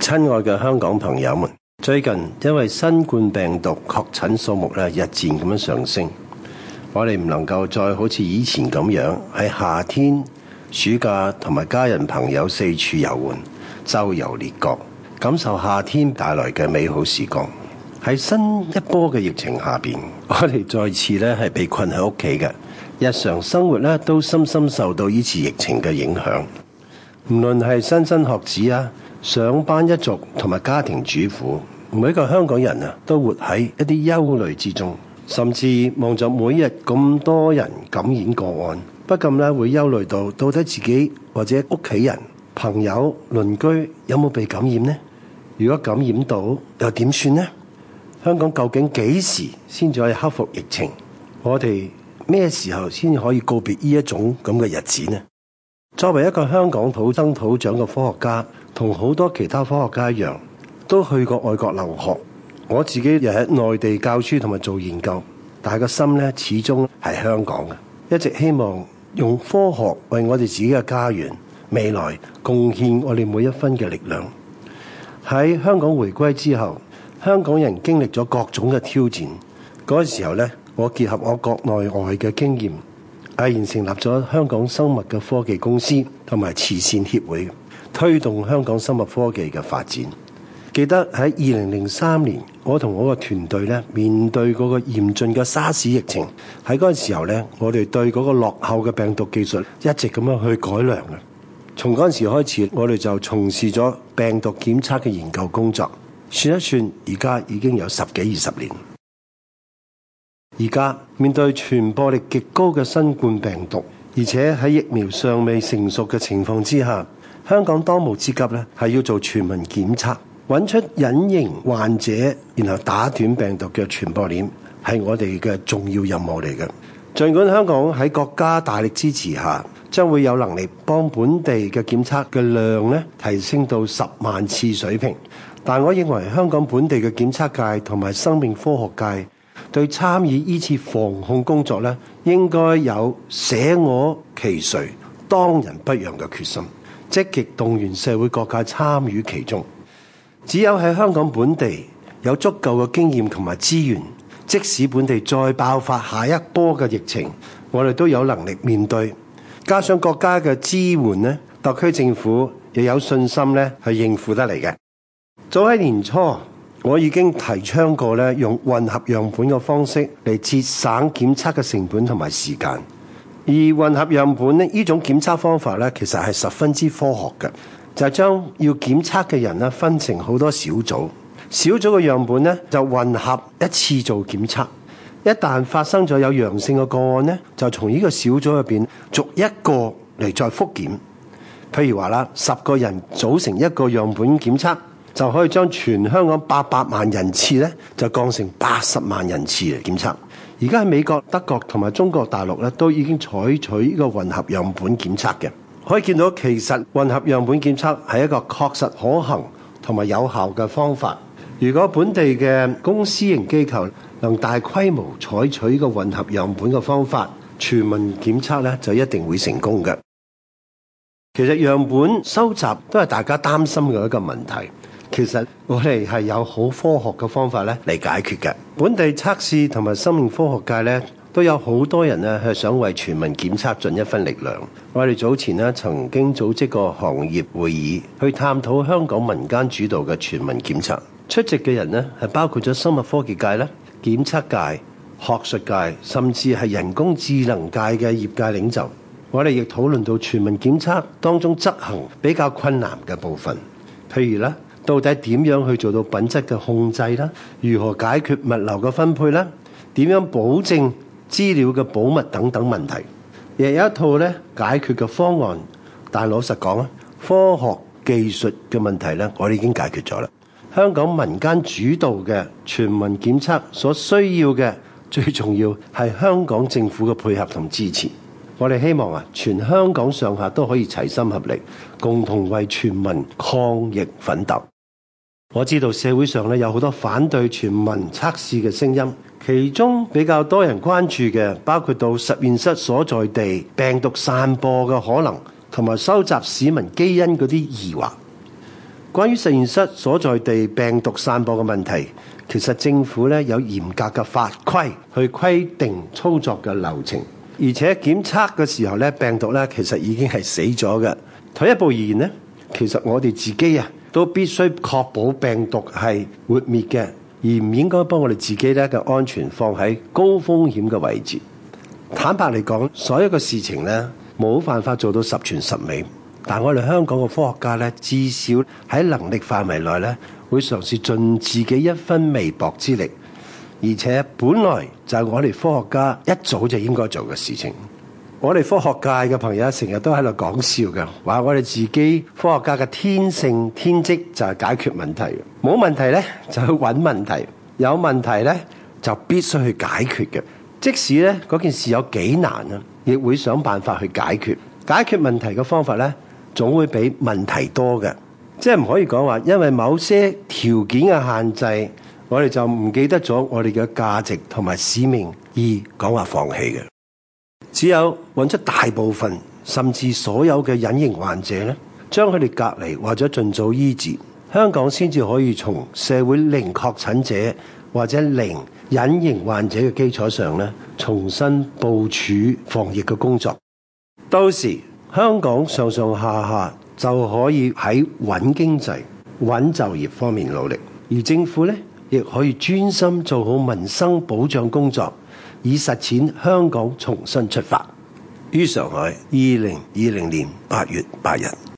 親愛嘅香港朋友們，最近因為新冠病毒確診數目日漸咁樣上升，我哋唔能夠再好似以前咁樣喺夏天、暑假同埋家人朋友四處遊玩、周遊列國，感受夏天帶來嘅美好時光。喺新一波嘅疫情下邊，我哋再次係被困喺屋企嘅，日常生活都深深受到呢次疫情嘅影響。唔論係莘莘學子啊、上班一族同埋家庭主婦，每一個香港人都活喺一啲憂慮之中，甚至望着每日咁多人感染個案，不禁會憂慮到底自己或者屋企人、朋友、鄰居有冇被感染呢？如果感染到又點算呢？香港究竟幾時先至可以克服疫情？我哋咩時候先可以告別呢一種咁嘅日子呢？作為一個香港土生土長嘅科學家，同好多其他科學家一樣，都去過外國留學。我自己又喺內地教書同埋做研究，但係個心始終係香港嘅，一直希望用科學為我哋自己嘅家園未來貢獻我哋每一分嘅力量。喺香港回歸之後，香港人經歷咗各種嘅挑戰，嗰個時候我結合我國內外嘅經驗，毅然成立咗香港生物嘅科技公司同埋慈善協會，推動香港生物科技嘅發展。記得喺2003年，我同我個團隊面對嗰個嚴峻嘅沙士疫情，喺嗰個時候我哋對嗰個落後嘅病毒技術一直咁樣去改良嘅。從嗰陣時開始，我哋就從事咗病毒檢測嘅研究工作。算一算，而家已經有10幾20年。而家面對傳播力極高嘅新冠病毒，而且喺疫苗尚未成熟嘅情況之下，香港當務之急係要做全民檢測，揾出隱形患者，然後打斷病毒嘅傳播鏈，係我哋嘅重要任務嚟嘅。儘管香港喺國家大力支持下，將會有能力幫本地嘅檢測嘅量提升到10萬次水平，但我認為香港本地嘅檢測界同埋生命科學界對參與呢次防控工作應該有捨我其誰、當仁不讓嘅決心，積極動員社會各界參與其中。只有喺香港本地有足夠嘅經驗同埋資源，即使本地再爆發下一波嘅疫情，我哋都有能力面對。加上國家嘅支援特區政府亦有信心去應付得嚟嘅。早喺年初，我已經提倡過用混合樣本嘅方式嚟節省檢測嘅成本同埋時間。而混合樣本呢種檢測方法其實係十分之科學嘅，就係將要檢測嘅人分成好多小組，小組嘅樣本就混合一次做檢測。一旦發生咗有陽性嘅個案就從呢個小組入邊逐一個嚟再復檢。譬如話啦，10個人組成一個樣本檢測，就可以將全香港800萬人次就降成80萬人次嚟檢測。而家喺美國、德國同埋中國大陸都已經採取呢個混合樣本檢測嘅。可以見到其實混合樣本檢測係一個確實可行同埋有效嘅方法。如果本地嘅公私營機構能大規模採取呢個混合樣本嘅方法，全民檢測就一定會成功嘅。其實樣本收集都係大家擔心嘅一個問題，其實我哋係有好科學嘅方法嚟解決嘅。本地測試同埋生命科學界都有好多人係想為全民檢測盡一分力量。我哋早前曾經組織過行業會議，去探討香港民間主導嘅全民檢測。出席嘅人係包括咗生物科技界、檢測界、學術界，甚至係人工智能界嘅業界領袖。我哋亦討論到全民檢測當中執行比較困難嘅部分，譬如到底點樣去做到品質嘅控制啦？如何解決物流嘅分配啦？點樣保證資料嘅保密等等問題，亦有一套解決嘅方案。但老實講科學技術嘅問題我哋已經解決咗啦。香港民間主導嘅全民檢測所需要嘅最重要係香港政府嘅配合同支持。我哋希望全香港上下都可以齊心合力，共同為全民抗疫奮鬥。我知道社會上有好多反對全民測試嘅聲音，其中比較多人關注嘅包括到實驗室所在地病毒散播嘅可能，同埋收集市民基因嗰啲疑惑。 關於實驗室所在地病毒散播嘅問題，其實政府咧有嚴格嘅法規去規定操作嘅流程，而且檢測嘅時候咧，病毒咧其實已經係死咗嘅。退一步而言咧，其實我哋自己都必須確保病毒係活滅嘅，而唔應該幫我哋自己咧嘅安全放喺高風險嘅位置。坦白嚟講，所有嘅事情咧冇辦法做到十全十美，但我哋香港嘅科學家咧，至少喺能力範圍內咧，會嘗試盡自己一分微薄之力，而且本來就係我哋科學家一早就應該做嘅事情。我哋科學界嘅朋友成日都喺度講笑嘅，話我哋自己科學家嘅天性天職就係解決問題，冇問題咧就去揾問題，有問題咧就必須去解決嘅。即使咧嗰件事有幾難啊，亦會想辦法去解決。解決問題嘅方法咧，總會比問題多嘅。即係唔可以講話，因為某些條件嘅限制，我哋就唔記得咗我哋嘅價值同埋使命而講話放棄嘅。只有揾出大部分甚至所有嘅隱形患者咧，將佢哋隔離或者盡早醫治，香港先至可以從社會零確診者或者零隱形患者嘅基礎上咧，重新部署防疫嘅工作。到時香港上上下下就可以喺穩經濟、穩就業方面努力，而政府咧亦可以專心做好民生保障工作，以實踐香港重新出發。於上海，2020年8月8日。